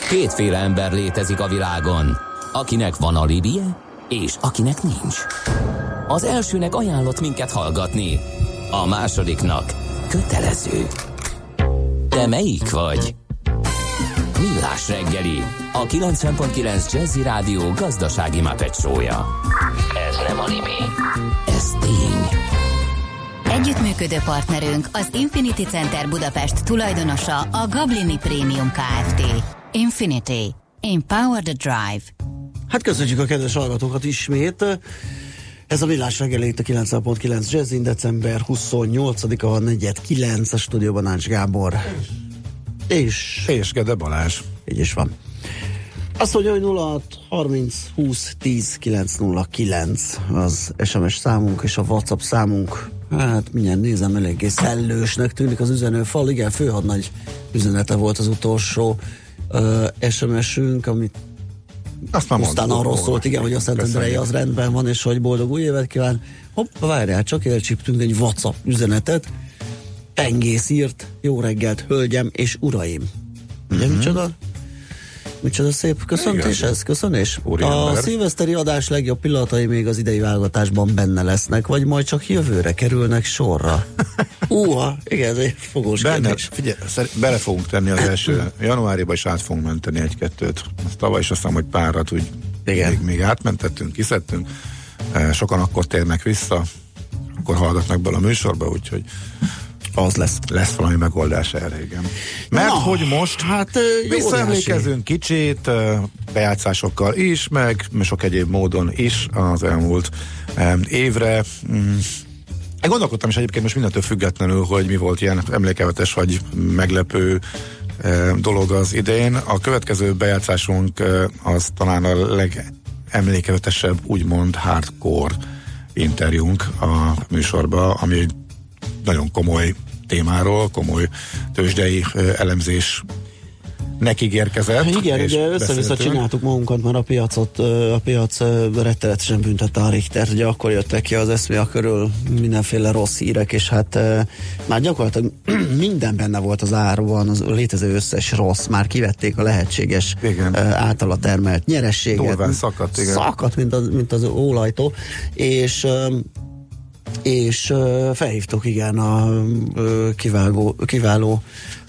Kétféle ember létezik a világon, akinek van alibije, és akinek nincs. Az elsőnek ajánlott minket hallgatni, a másodiknak kötelező. Te melyik vagy? Millás reggeli, a 90.9 Jazzy Rádió gazdasági Muppet show-ja. Ez nem anime, ez tény. Együttműködő partnerünk az Infinity Center Budapest tulajdonosa a Gablini Premium Kft. Infinity. Empower the Drive. Hát köszönjük a kedves hallgatókat ismét. Ez a Millás reggeli itt a 90.9 Jazzin, december 28-a, a 4:09 a stúdióban Ács Gábor. És Gede Balázs. így is van. Azt mondja, hogy 06 30 20 10 909 az SMS számunk, és a WhatsApp számunk. Hát mindjárt nézem, eléggé szellősnek tűnik az üzenőfal. Igen, főhadnagy üzenete volt az utolsó SMS-ünk, amit aztán arról szólt, igen, hogy a Szentendrei az rendben van, és hogy boldog új évet kíván. Hoppá, várjál, csak elcsíptünk egy WhatsApp üzenetet. Pengész írt: jó reggelt, hölgyem és uraim. Ugye, micsoda szép köszöntés ez, köszönés. A szilveszteri adás legjobb pillanatai még az idei válogatásban benne lesznek, vagy majd csak jövőre kerülnek sorra? Igen, ez egy fogós kérdés. Figyelj, bele fogunk tenni az első januáriba, és át fogunk menteni egy-kettőt. Azt tavaly is aztán, hogy párat úgy még átmentettünk, kiszedtünk. Sokan akkor térnek vissza, akkor hallgatnak bele a műsorba, úgyhogy az lesz valami megoldás erre, igen. Mert hogy most visszaemlékezünk kicsit bejátszásokkal is, meg sok egyéb módon is az elmúlt évre. Gondolkodtam is egyébként most mindentől függetlenül, hogy mi volt ilyen emlékevetes vagy meglepő dolog az idén. A következő bejátszásunk az talán a legemlékevetesebb, úgymond hardcore interjúnk a műsorba, ami nagyon komoly témáról, komoly tőzsdei elemzés nekigérkezett. Igen, ugye össze-vissza csináltuk magunkat, mert a piac rettenetesen büntette a Richtert, ugye akkor jöttek ki az eszméja körül mindenféle rossz hírek, és hát már gyakorlatilag minden benne volt az áruban, az létező összes rossz, már kivették a lehetséges általa termelt nyerességet. Durván szakadt, igen. Szakadt, mint az ólajtó, és felhívtuk, igen a kiváló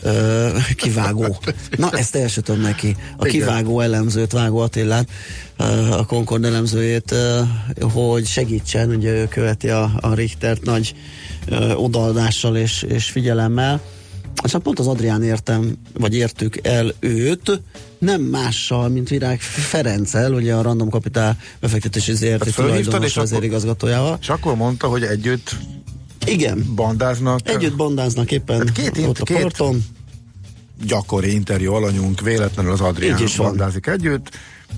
na ezt elsütöm neki, a kiváló elemzőt, Vágó Attilát, a Concord elemzőjét, hogy segítsen, ugye ő követi a Richtert nagy odaadással és figyelemmel, és hát pont az Adrián értük el őt, nem mással, mint Virág Ferenccel, ugye a Random Capital befektetési ZRT tulajdonos vezérigazgatójával. És akkor mondta, hogy együtt bandáznak. Együtt bandáznak éppen ott a parton. Gyakori interjú alanyunk, véletlenül az Adrián bandázik együtt.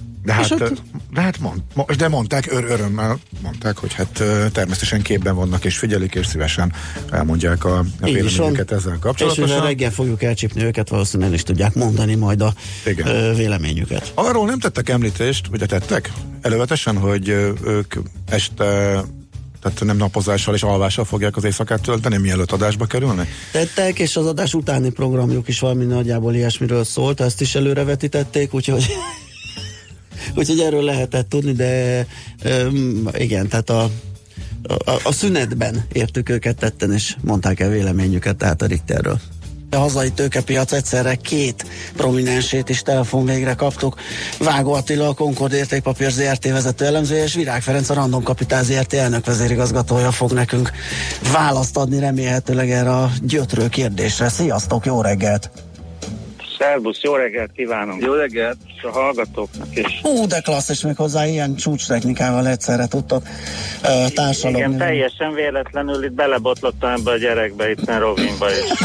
De mondták, örömmel mondták, hogy hát természetesen képben vannak és figyelik, és szívesen elmondják a véleményüket ezzel kapcsolatosan. És mivel reggel fogjuk elcsípni őket, valószínűleg is tudják mondani majd a véleményüket. Arról nem tettek említést, ugye tettek elővetesen, hogy ők este, tehát nem napozással és alvással fogják az éjszakát tölteni, mielőtt adásba kerülnek? Tettek, és az adás utáni programjuk is valami nagyjából ilyesmiről szólt, ezt is előrevetítették, úgyhogy erről lehetett tudni, de igen, tehát a szünetben értük őket tetten, és mondták el véleményüket, tehát a Richterről. A hazai tőkepiac egyszerre két prominensét is telefon végre kaptuk. Vágó Attila, a Concord értékpapír ZRT vezető elemzője, és Virág Ferenc, a Random Capital ZRT elnök vezérigazgatója fog nekünk választ adni remélhetőleg erre a gyötrő kérdésre. Sziasztok, jó reggelt! Szervusz, jó reggelt kívánunk! Jó reggelt a hallgatóknak is! De klassz, és még hozzá ilyen csúcstechnikával egyszerre tudtak társalogni. Igen, teljesen véletlenül itt belebotlottam ebbe a gyerekbe, itt a Rovinba is.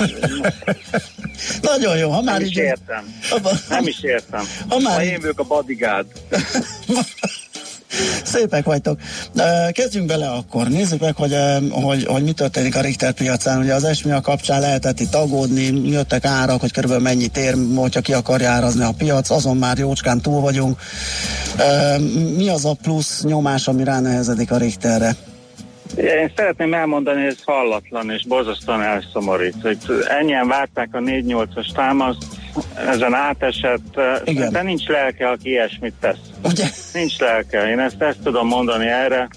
Nagyon jó, ha már nem is értem. Nem is értem. Ha én vagyok a bodyguard. Szépek vagytok. Kezdjünk bele akkor. Nézzük meg, hogy mi történik a Richter piacán. Ugye az SMIA kapcsán lehetett itt aggódni, jöttek árak, hogy körülbelül mennyit ér, hogyha ki akarja árazni a piac, azon már jócskán túl vagyunk. Mi az a plusz nyomás, ami ránehezedik a Richterre? Én szeretném elmondani, hogy ez hallatlan és borzasztóan elszomorít. Hogy ennyien várták a 4.8-as támaszt, ezen átesett, de nincs lelke, aki ilyesmit tesz. Ugye? Nincs lelke, én ezt tudom mondani erre.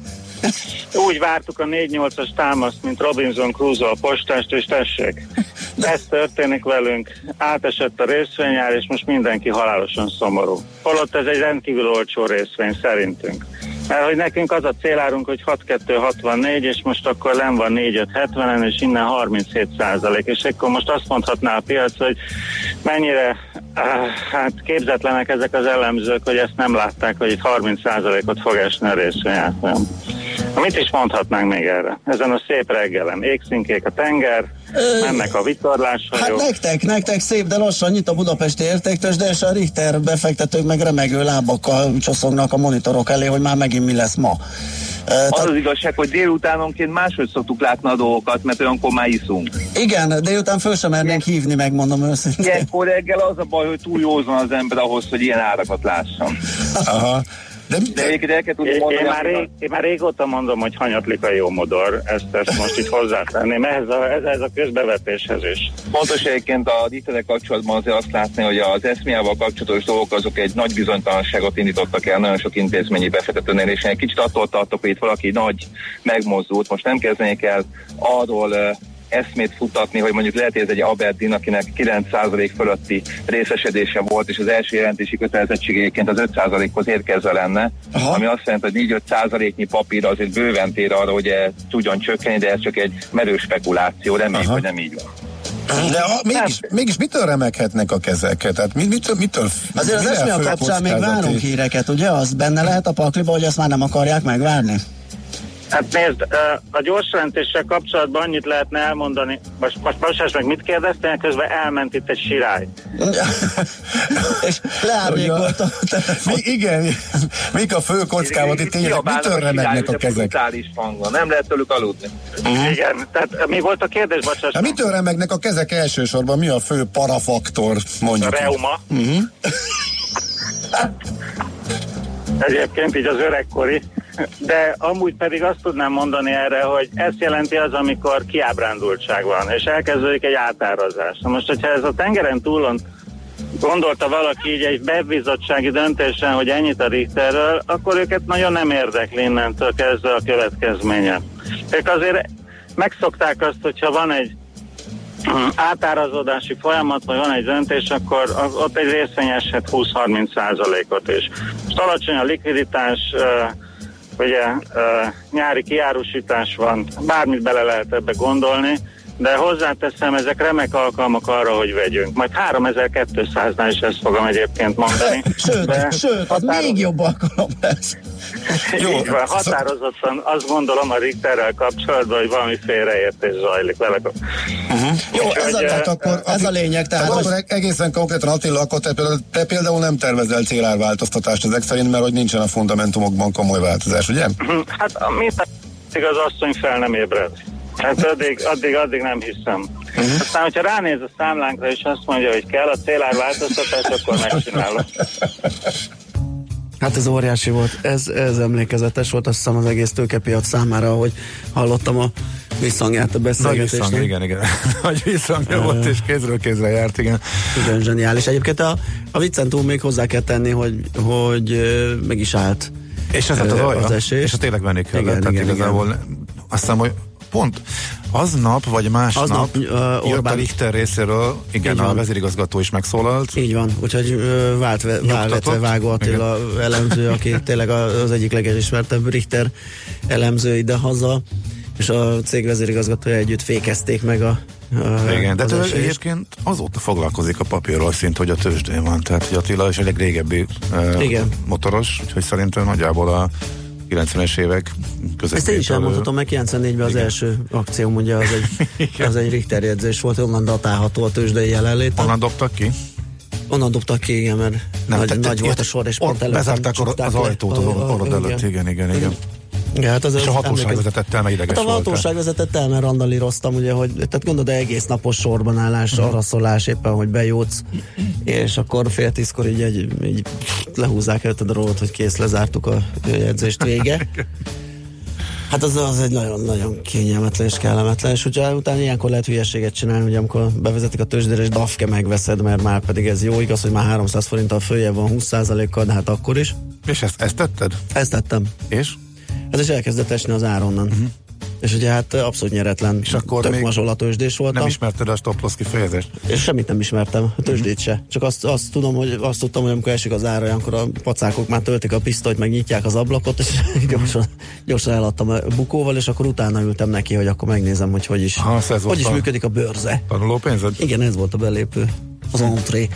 Úgy vártuk a 4-8-as támaszt, mint Robinson Crusoe a postást, és tessék. Ez történik velünk, átesett a részvényár, és most mindenki halálosan szomorú. Holott ez egy rendkívül olcsó részvény szerintünk. Mert hogy nekünk az a célárunk, hogy 6,264, és most akkor len van 4,570-en, és innen 37%. És akkor most azt mondhatná a piac, hogy mennyire képzetlenek ezek az elemzők, hogy ezt nem látták, hogy itt 30%-ot fog esni a részvényárfolyam. Mit is mondhatnánk még erre? Ezen a szép reggelen égszínkék a tenger, mennek a vitorláshajók. Hát nektek szép, de lassan nyit a budapesti értéktőzsde, és a Richter befektetők meg remegő lábakkal csoszognak a monitorok elé, hogy már megint mi lesz ma. Az igazság, hogy délutánonként máshogy szoktuk látni a dolgokat, mert olyankor már iszunk. Igen, délután föl sem mernénk hívni, megmondom őszintén. Ilyenkor reggel az a baj, hogy túl józan az ember ahhoz, hogy ilyen árakat lássam. Aha. De egyébként el kell tudni mondani, én már régóta mondom, hogy hanyatlik a jó modor, ezt most itt hozzátenném ez a közbevetéshez is. Fontos egyébként a Richterrel kapcsolatban azért azt látni, hogy az eszmiával kapcsolatos dolgok azok egy nagy bizonytalanságot indítottak el nagyon sok intézményi befektetőnél, és én egy kicsit attól tartok, hogy itt valaki nagy megmozdult. Most nem kezdenék el arról eszmét futatni, hogy mondjuk lehet, hogy ez egy Aberdeen, akinek 9% fölötti részesedése volt, és az első jelentési kötelezettségéként az 5%-hoz érkezve lenne, ami azt jelenti, hogy 4-5%-nyi papír azért bőven tér arra, hogy tudjon csökkenni, de ez csak egy merő spekuláció, reméljük, hogy nem így van. De mégis mitől remeghetnek a kezek? Tehát mitől azért az esmi a kapcsán még várunk híreket, ugye? Az benne lehet a pakliba, hogy ezt már nem akarják megvárni? Hát nézd, a gyors jelentéssel kapcsolatban annyit lehetne elmondani. Most meg mit kérdeztél, közben elment itt egy sirály. És leárnyékolt a telefon. Igen, mik a fő kockávat itt tényleg, mitől remegnek a kezek? Nem lehet tőlük aludni. Igen, tehát mi volt a kérdés, bocsáss? Hát mitől remegnek a kezek elsősorban? Mi a fő parafaktor, mondjuk? A reuma. Egyébként így az öregkori. De amúgy pedig azt tudnám mondani erre, hogy ezt jelenti az, amikor kiábrándultság van, és elkezdődik egy átárazás. Na most, hogyha ez a tengeren túlon gondolta valaki így egy bebizottsági döntésen, hogy ennyit a Richterről, akkor őket nagyon nem érdekli innentől kezdve a következménye. Ők azért megszokták azt, hogyha van egy átárazódási folyamat, vagy van egy döntés, akkor ott egy részvény eshet 20-30%-ot is. Most alacsony a likviditás, ugye nyári kiárusítás van, bármit bele lehet ebbe gondolni, de hozzáteszem, ezek remek alkalmak arra, hogy vegyünk. Majd 3200-nál is ezt fogom egyébként mondani. Sőt, az még jobb alkalom lesz. Jó, határozottan azt gondolom a Richterrel kapcsolatban, hogy valami félreértés zajlik vele. Jó, ez a lényeg. Tehát akkor egészen konkrétan Attila, akkor te például nem tervezel célárváltoztatást ezek szerint, mert hogy nincsen a fundamentumokban komoly változás, ugye? Hát az asszony fel nem ébred. Hát addig nem hiszem. Aztán, hogyha ránéz a számlánkra és azt mondja, hogy kell a célárváltoztatás, akkor megcsinálom. Hát ez óriási volt, ez emlékezetes volt, azt hiszem az egész tőkepiac számára, ahogy hallottam a visszhangját a beszélgetésnek. Nagy visszhang, igen. Nagy visszhangja volt, és kézről kézre járt, igen. Igen, zseniális. Egyébként a viccen túl még hozzá kell tenni, hogy meg is állt. És ez az esés. És tényleg venni kellett, tehát igazából aztán, hogy pont aznap vagy másnap jött a Richter részéről, igen, a vezérigazgató is megszólalt. Így van, úgyhogy válvetve Vágó Attila elemző, aki tényleg az egyik legelismertebb Richter elemző idehaza, és a cég vezérigazgatója együtt fékezték meg igen, de egyébként azóta foglalkozik a papírról szint, hogy a tőzsdén van, tehát hogy Attila is egy régebbi motoros, úgyhogy szerintem nagyjából a 90-es évek közepén. Ezt én is elmondhatom, meg 94-ben az első akcióm, ugye az egy Richter jegyzés volt, onnan datálható a tőzsdei jelenlét. Onnan dobtak ki? Onnan dobtak ki, igen, mert nagy volt a sor, és pont előtt bezárták az ajtót az orrod előtt, igen. Ja, hát és a hatóság vezetett el, mert ideges volt. A hatóság vezetett el, mert randalíroztam, ugye, hogy tehát gondolod, egész napos sorban állás, araszolás, éppen, hogy bejutsz, és akkor 9:30-kor így lehúzzák előtted a rolót, hogy kész, lezártuk a jegyzést, vége. Hát az egy nagyon-nagyon kényelmetlen és kellemetlen, és utána ilyenkor lehet hülyeséget csinálni, hogy amikor bevezetik a tőzsdére, és dafke megveszed, mert már pedig ez jó, igaz, hogy már 300 forinttal följebb van 20%-kal, de hát akkor is. És ezt tetted? Ezt tettem. És? Ez is elkezdett esni az áronnan. És ugye hát abszolút nyeretlen, és akkor tök mazsolatősdés voltam. Nem ismerted a stop loss kifejezést? És semmit nem ismertem, a tőzsdét se. Csak azt tudtam, hogy amikor esik az ára, akkor a pacákok már töltik a pisztolyt, meg nyitják az ablakot, és gyorsan eladtam a bukóval, és akkor utána ültem neki, hogy akkor megnézem, hogy is működik a bőrze. Tanuló pénzed? Igen, ez volt a belépő, az entré,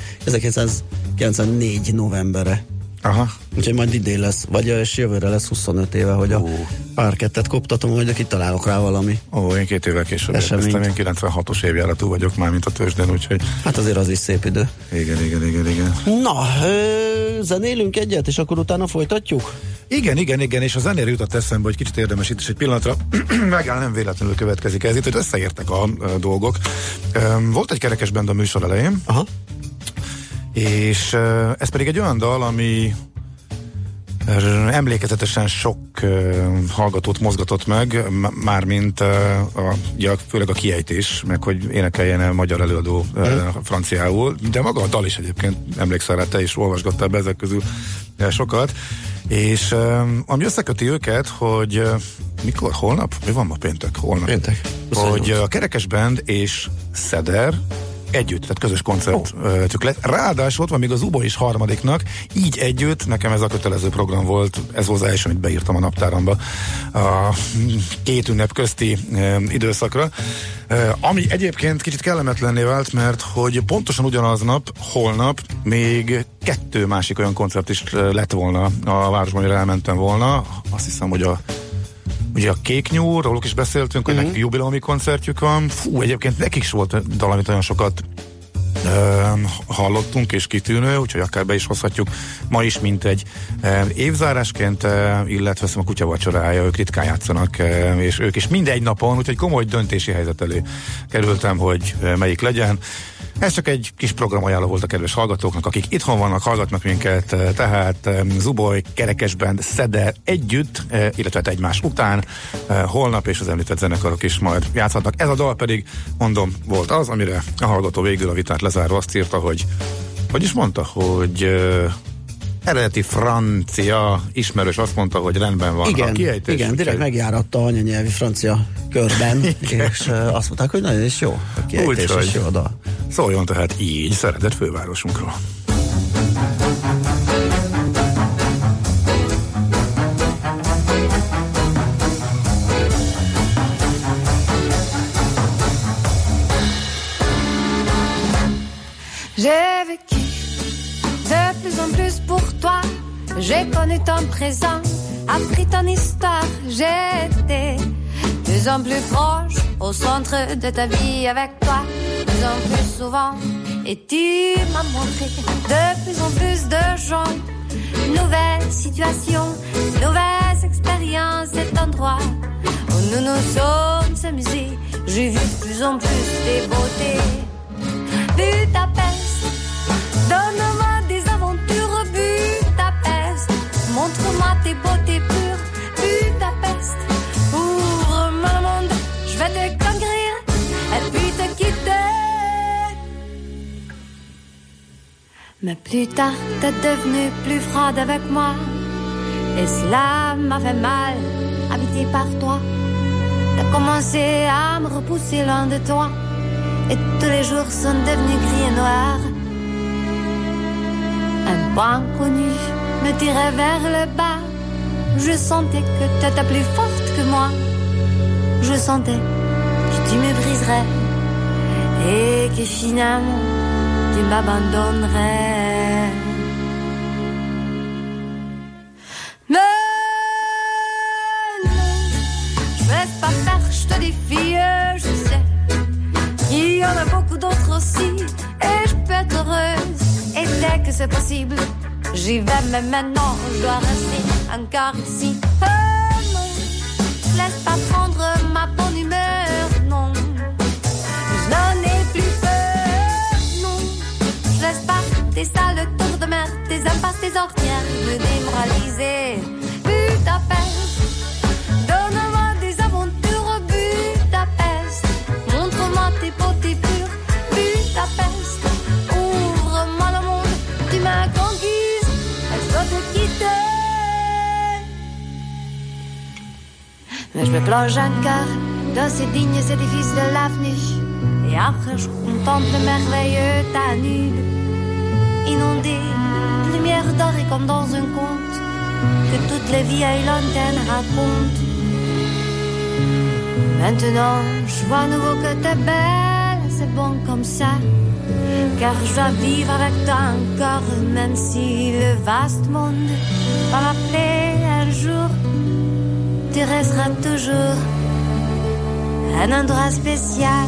1994 novembere. Aha. Úgyhogy majd idén lesz, és jövőre lesz 25 éve, hogy a parkettet koptatom, hogy kitalálok rá valami. Én 2 évvel később érkeztem, én 96-os évjáratú vagyok már, mint a tőzsdén, úgyhogy... Hát azért az is szép idő. Igen. Na, zenélünk egyet, és akkor utána folytatjuk? Igen, és a zenére jutott eszembe, hogy kicsit érdemes itt is egy pillanatra megáll, nem véletlenül következik ez itt, hogy összeértek a dolgok. Volt egy kerekes band a műsor elején, aha, és ez pedig egy olyan dal, ami emlékezetesen sok hallgatót mozgatott meg, mármint főleg a kiejtés, meg hogy énekeljen el magyar előadó franciául, de maga a dal is egyébként, emlékszel rá, te is olvasgattál be ezek közül sokat, és ami összeköti őket, hogy mikor? Holnap? Mi van ma péntek? Holnap. Péntek. Hogy a kerekes band és Szeder együtt, tehát közös koncertjük lett. Ráadásul ott van még az Zuboly is harmadiknak, így együtt, nekem ez a kötelező program volt, ez volt az első, amit beírtam a naptáramba a 2 ünnep közti időszakra, ami egyébként kicsit kellemetlenné vált, mert hogy pontosan ugyanaz nap, holnap még 2 másik olyan koncert is lett volna a városban, amire elmentem volna. Azt hiszem, hogy ugye a Kék Nyúl, róluk is beszéltünk, hogy nekik jubileumi koncertjük van. Fú, egyébként nekik is volt dal, amit olyan sokat hallottunk, és kitűnő, úgyhogy akár be is hozhatjuk ma is, mint egy évzárásként, illetve a kutyavacsorája, ők ritkán játszanak, és ők is mindegy napon, úgyhogy komoly döntési helyzet elé kerültem, hogy melyik legyen. Ez csak egy kis programajánló volt a kedves hallgatóknak, akik itthon vannak, hallgatnak minket, tehát Zuboly, Kerekes Band, Szeder együtt, illetve egymás után, holnap, és az említett zenekarok is majd játszhatnak. Ez a dal pedig, mondom, volt az, amire a hallgató végül a vitát lezárva azt írta, hogy is mondta, hogy eredeti francia ismerős azt mondta, hogy rendben van a kiejtés. Igen, direkt megjáratta anyanyelvi francia körben, és azt mondták, hogy nagyon is jó a kiejtés, és jó a dal. Szóljon tehát így szeretett fővárosunkról. J'ai vécu de plus en plus pour toi. J'ai connu ton présent, appris ton histoire. J'ai été de plus en plus proche, au centre de ta vie avec toi. De plus en plus souvent, et tu m'as montré de plus en plus de gens. Nouvelles situations, nouvelles expériences, cet endroit où nous nous sommes amusés. J'ai vu de plus en plus tes beautés. Budapest, donne-moi des aventures, Budapest. Montre-moi tes beautés pures, Budapest. Ouvre-moi le monde, je vais te conquérir et puis te quitter. Mais plus tard, t'es devenue plus froide avec moi. Et cela m'a fait mal, habité par toi. T'as commencé à me repousser loin de toi. Et tous les jours sont devenus gris et noirs. Un point connu me tirait vers le bas. Je sentais que t'étais plus forte que moi. Je sentais que tu me briserais et que finalement tu m'abandonnerais. Mais non, je vais pas faire, je te défie, je sais. Il y en a beaucoup d'autres aussi, et je peux être heureuse. Et dès que c'est possible, j'y vais, mais maintenant je dois rester encore ici. Oh non, laisse pas prendre ma bonne humeur, non. Je n'en ai plus peur, non. Je laisse pas tes sales tours de mer, tes impasses, tes ornières me démoraliser. Budapest, donne-moi Budapest, ouvre-moi le monde, tu m'as conquise, je dois te quitter. Mais je me plonge encore dans ces dignes édifices de l'avenir, et après je contemple le merveilleux Danube, inondé de lumière dorée comme dans un conte que toutes les vieilles lanternes racontent. Maintenant, je vois à nouveau que t'es belle, c'est bon comme ça, car je dois vivre avec toi encore, même si le vaste monde va m'appeler un jour. Tu resteras toujours un endroit spécial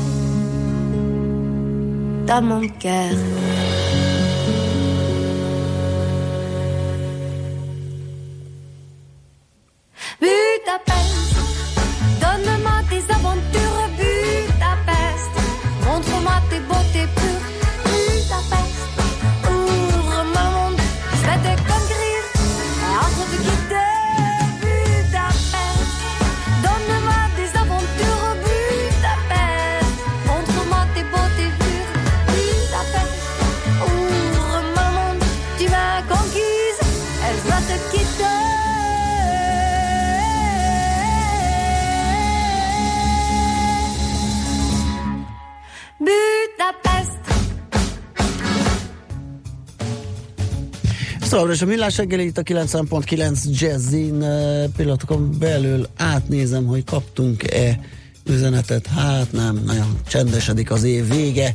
dans mon cœur. Budapest, donne-moi tes aventures, Budapest, montre-moi tes beautés pures, Budapest, ouvre-moi le monde, je vais te conquérir, et entre te quitter, Budapest, donne-moi des aventures, Budapest, montre-moi tes beautés pures, Budapest, ouvre-moi le monde, tu m'as conquise, et je dois te quitter. Szóval, és a Millás reggeli itt a 90.9 Jazzin, pillanatokon belül átnézem, hogy kaptunk-e üzenetet, hát nem, nagyon csendesedik az év vége,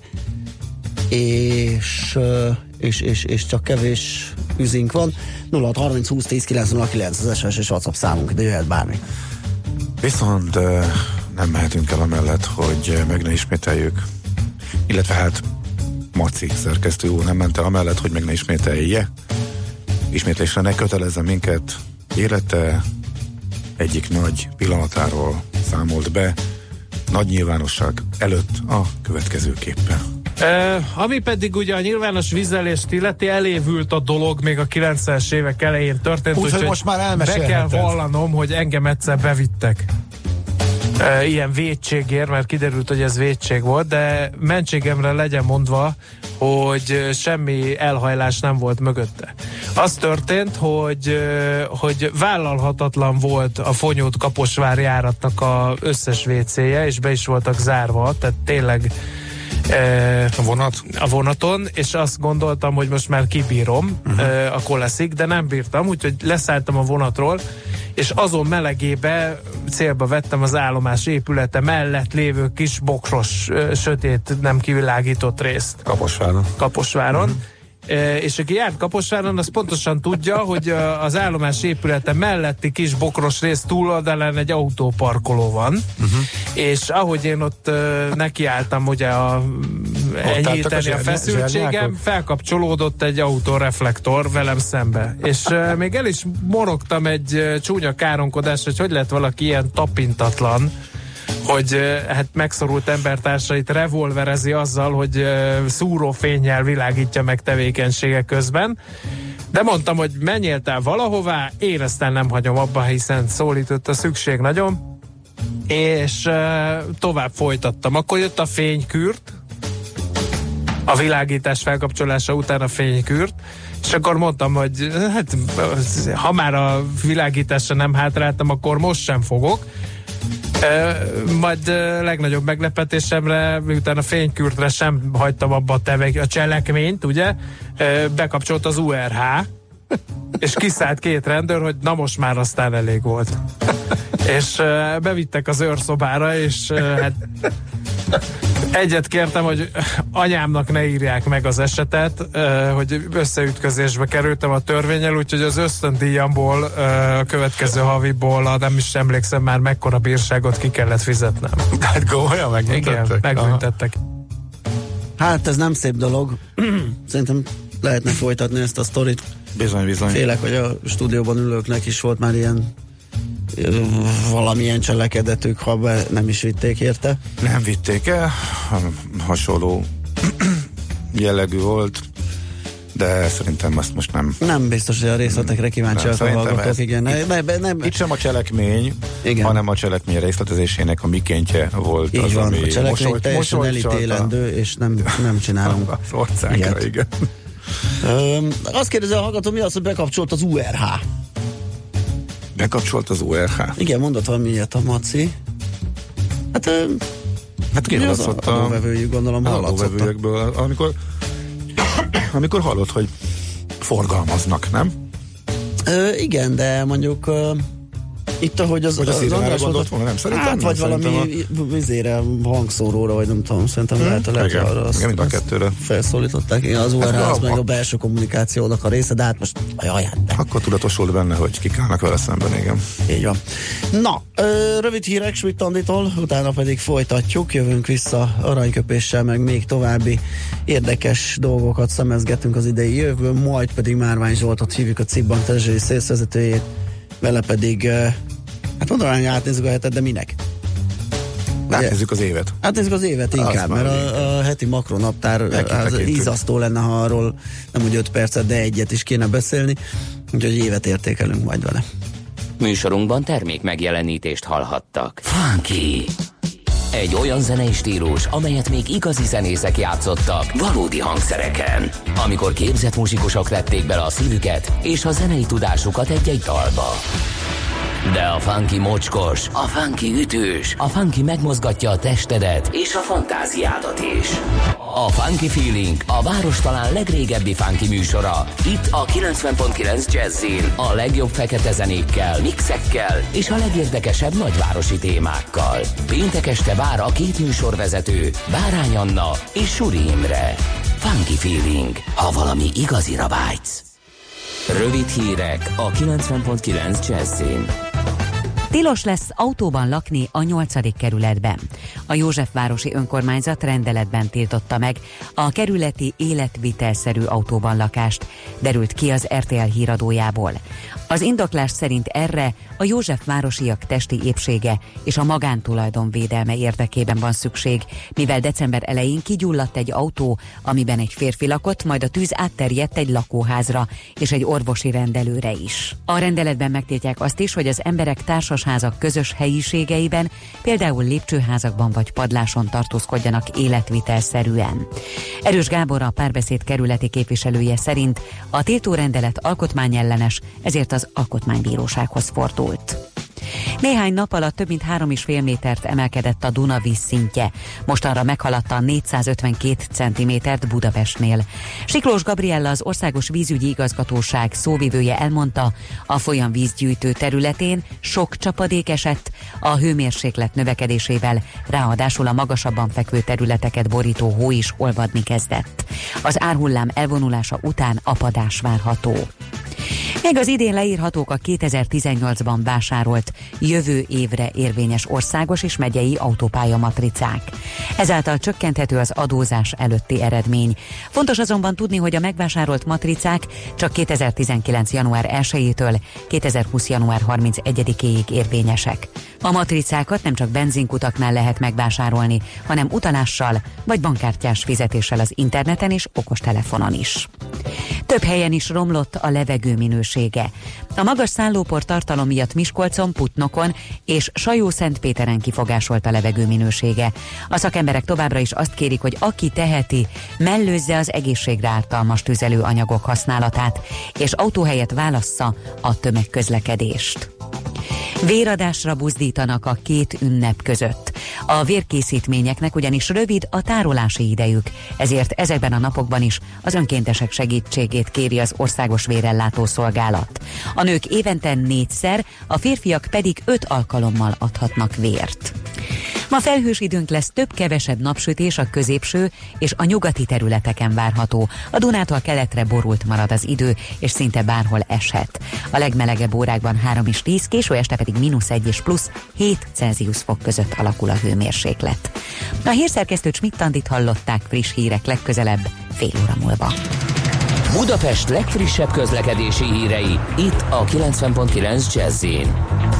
és csak kevés üzink van. 0630 20 10 909 az SMS és WhatsApp számunk, de jöhet bármi. Viszont nem mehetünk el amellett, hogy meg ne ismételjük, illetve hát Maci szerkesztő úr nem ment el amellett, hogy meg ne ismételje. Ismétlésre ne kötelezze minket, élete egyik nagy pillanatáról számolt be nagy nyilvánosság előtt a következőképpen. Ami pedig ugye a nyilvános vizelést illeti, elévült a dolog, még a 90-es évek elején történt, úgyhogy most már elmesélheted. Be kell vallanom, hogy engem egyszer bevittek ilyen vétségért, mert kiderült, hogy ez vétség volt, de mentségemre legyen mondva, hogy semmi elhajlás nem volt mögötte. Az történt, hogy vállalhatatlan volt a Fonyód Kaposvár járatnak az összes WC-je, és be is voltak zárva, tehát tényleg a vonaton, és azt gondoltam, hogy most már kibírom, akkor leszik, de nem bírtam, úgyhogy leszálltam a vonatról, és azon melegébe célba vettem az állomás épülete mellett lévő kis bokros, sötét, nem kivilágított részt. Kaposváron. És aki járt Kaposváron, az pontosan tudja, hogy az állomás épülete melletti kis bokros rész túloldalán egy autóparkoló van, és ahogy én ott nekiálltam ugye enyhíteni a feszültségem, felkapcsolódott egy autóreflektor velem szembe. És még el is morogtam egy csúnya káronkodás, hogy lehet valaki ilyen tapintatlan, hogy hát megszorult embertársait revolverezi azzal, hogy szúrófénnyel világítja meg tevékenysége közben. De mondtam, hogy menjél el valahová, én aztán nem hagyom abba, hiszen szólított a szükség nagyon, és tovább folytattam. Akkor jött a fénykürt, a világítás felkapcsolása után a fénykürt, és akkor mondtam, hogy hát, ha már a világításra nem hátráltam, akkor most sem fogok. Majd legnagyobb meglepetésemre, miután a fénykürtre sem hagytam abba a cselekményt, ugye, bekapcsolt az URH, és kiszállt két rendőr, hogy na most már aztán elég volt. És bevittek az őrszobára, és hát egyet kértem, hogy anyámnak ne írják meg az esetet, hogy összeütközésbe kerültem a törvénnyel, úgyhogy az ösztöndíjamból, a következő haviból, nem is emlékszem már mekkora bírságot ki kellett fizetnem. Tehát komolyan megbüntettek? Igen, megbüntettek. Hát ez nem szép dolog. Szerintem lehetne folytatni ezt a sztorit. Bizony. Félek, hogy a stúdióban ülőknek is volt már ilyen valamilyen cselekedetük, ha be nem is vitték érte. Nem vitték el, hasonló jellegű volt, de szerintem azt most nem. Nem biztos, hogy a részletekre kíváncsiak a hallgatók, igen. Itt sem a cselekmény, igen, hanem a cselekmény részletezésének a mikéntje volt. Így az, van, ami a cselekmény teljesen elítélendő, és nem csinálunk az országra, igen. Azt kérdezi a hallgató, mi az, hogy bekapcsolt az URH? Bekapcsolt az URH? Igen, mondott valami ilyet a Maci. Hát mi az adóvevőjük, gondolom, adóvevőjekből, amikor hallod, hogy forgalmaznak, nem? Igen, de mondjuk itt, ahogy az András gondolt volna, nem szerintem. Hát, vagy valami vizére, hangszóróra, vagy nem tudom, szerintem lehet arra azt felszólították. Igen, az URH, meg a belső kommunikációnak a része, de hát most akkor tudatosult benne, hogy kik állnak vele szemben, igen. Így van. Na, rövid hírek Schmidt Anditól, utána pedig folytatjuk, jövünk vissza aranyköpéssel, meg még további érdekes dolgokat szemezgetünk az idei jövőből, majd pedig Márvány Zsoltot hívjuk, a CIP Bank Treasury Sales vezetőjét, vele pedig, hát mondanám, hogy átnézzük a hetet, de minek? Átnézzük az évet. Átnézzük az évet inkább, mert a heti makronaptár ízasztó lenne, ha arról nem úgy 5 percet, de egyet is kéne beszélni, úgyhogy évet értékelünk majd vele. Műsorunkban termék megjelenítést hallhattak. Funky! Egy olyan zenei stílus, amelyet még igazi zenészek játszottak valódi hangszereken. Amikor képzett muzsikusok vették bele a szívüket és a zenei tudásukat egy-egy dalba. De a funky mocskos, a funky ütős, a funky megmozgatja a testedet és a fantáziádat is. A Funky Feeling, a város talán legrégebbi funky műsora. Itt a 90.9 Jazzin a legjobb fekete zenékkel, mixekkel és a legérdekesebb nagyvárosi témákkal. Péntek este vár a 2 műsorvezető, Bárány Anna és Suri Imre. Funky Feeling, ha valami igazira vágysz. Rövid hírek a 90.9 Jazzin. Tilos lesz autóban lakni a 8. kerületben. A Józsefvárosi önkormányzat rendeletben tiltotta meg a kerületi életvitelszerű autóban lakást, derült ki az RTL híradójából. Az indoklás szerint erre a józsefvárosiak testi épsége és a magántulajdon védelme érdekében van szükség, mivel december elején kigyulladt egy autó, amiben egy férfi lakott, majd a tűz átterjedt egy lakóházra és egy orvosi rendelőre is. A rendeletben megtiltják azt is, hogy az emberek társasházak közös helyiségeiben, például lépcsőházakban vagy padláson tartózkodjanak életvitelszerűen. Erős Gábor, a Párbeszéd kerületi képviselője szerint a tiltórendelet alkotmányellenes, ezért az Alkotmánybírósághoz fordult. Néhány nap alatt több mint 3,5 métert emelkedett a Duna vízszintje. Mostanra meghaladta a 452 centimétert Budapestnél. Siklós Gabriella, az Országos Vízügyi Igazgatóság szóvivője elmondta, a folyam vízgyűjtő területén sok csapadék esett, a hőmérséklet növekedésével ráadásul a magasabban fekvő területeket borító hó is olvadni kezdett. Az árhullám elvonulása után apadás várható. Még az idén leírhatók a 2018-ban vásárolt, jövő évre érvényes országos és megyei autópályamatricák. Ezáltal csökkenthető az adózás előtti eredmény. Fontos azonban tudni, hogy a megvásárolt matricák csak 2019. január 1-től 2020. január 31-ig érvényesek. A matricákat nem csak benzinkutaknál lehet megvásárolni, hanem utalással vagy bankkártyás fizetéssel az interneten és okostelefonon is. Több helyen is romlott a levegő minősége. A magas szállópor tartalom miatt Miskolcon, Putnokon és Sajó-Szentpéteren kifogásolt a levegő minősége. A szakemberek továbbra is azt kérik, hogy aki teheti, mellőzze az egészségre ártalmas tüzelőanyagok használatát, és autóhelyet válassza a tömegközlekedést. Véradásra buzdítanak a 2 ünnep között. A vérkészítményeknek ugyanis rövid a tárolási idejük, ezért ezekben a napokban is az önkéntesek segítségét kéri az Országos Vérellátó Szolgálat. A nők évente 4-szer, a férfiak pedig 5 alkalommal adhatnak vért. Ma felhős időnk lesz, több-kevesebb napsütés a középső és a nyugati területeken várható. A Dunától keletre borult marad az idő, és szinte bárhol eshet. A legmelegebb órákban 3 és 10, késő este pedig -1 és +7 Celsius fok között alakul a hőmérséklet. A hírszerkesztőt Schmidt Andit hallották, friss hírek legközelebb fél óra múlva. Budapest legfrissebb közlekedési hírei, itt a 90.9 Jazz-in.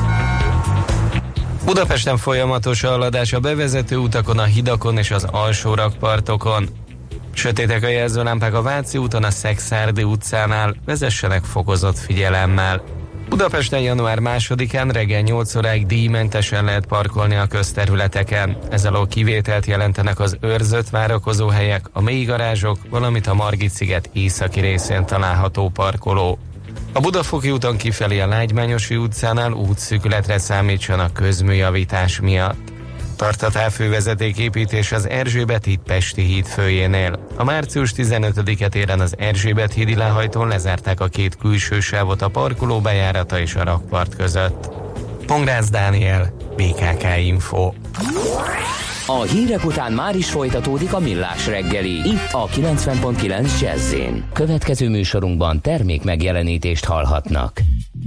Budapesten folyamatos a haladás a bevezető utakon, a hidakon és az alsó rakpartokon. Sötétek a jelzőlámpák a Váci úton, a Szekszárdi utcánál, vezessenek fokozott figyelemmel. Budapesten január 2-án reggel 8 óráig díjmentesen lehet parkolni a közterületeken. Ez alól kivételt jelentenek az őrzött várakozóhelyek, a mélygarázsok, valamint a Margit-sziget északi részén található parkoló. A Budafoki úton kifelé a Lágymányosi utcánál útszűkületre számítsanak közműjavítás miatt. Tart a távfővezetéképítés az Erzsébet híd Pesti híd főjénél. A március 15-e téren az Erzsébet hídi lehajtón lezárták a két külső sávot a parkoló bejárata és a rakpart között. Pongrácz Dániel, BKK Info. A hírek után már is folytatódik a Millás reggeli, itt a 90.9 Jazz-én. Következő műsorunkban termék megjelenítést hallhatnak.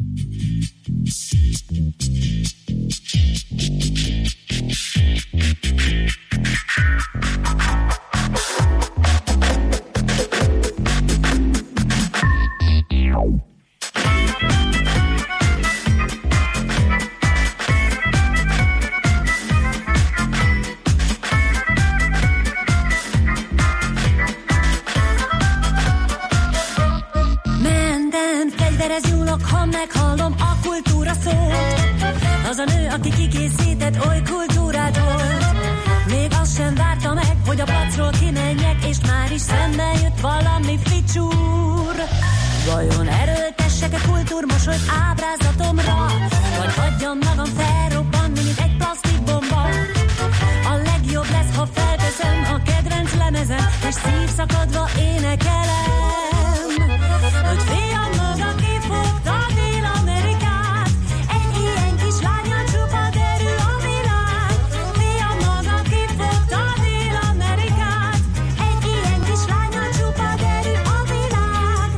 Ha meghallom a kultúra szót, az a nő, aki kikészített oly kultúrát volt. Még azt sem várta meg, hogy a placról kimenjek, és már is szembe jött valami ficsúr. Vajon erőltessek-e kultúrmosolyt ábrázatomra, vagy hagyjam magam felrobbanni, mint egy plastikbomba? A legjobb lesz, ha felteszem a kedvenc lemezem, és szívszakadva énekelem, hogy fiam maga kifogta Dél-Amerikát, egy ilyen kislánnyal csupa derű a világ. Fiam maga kifogta Dél-Amerikát, egy ilyen kislánnyal csupa derű a világ.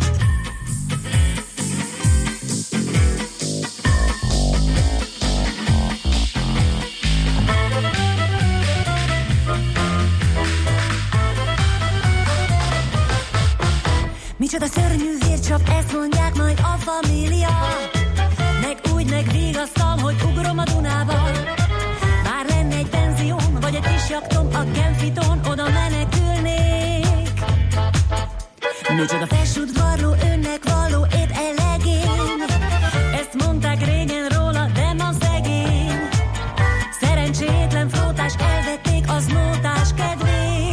Micsoda szörnyű vércsap, ezt mondják majd a família. Meg úgy megvigasztam, hogy ugrom a Dunába. Bár lenne egy penzióm, vagy egy kis jaktom a Genfiton, oda menekülnék. Micsoda felsudvarló, önnek való, épp elegény. Ezt mondták régen róla, de ma szegény. Szerencsétlen flótás, elvették az mótás kedvét.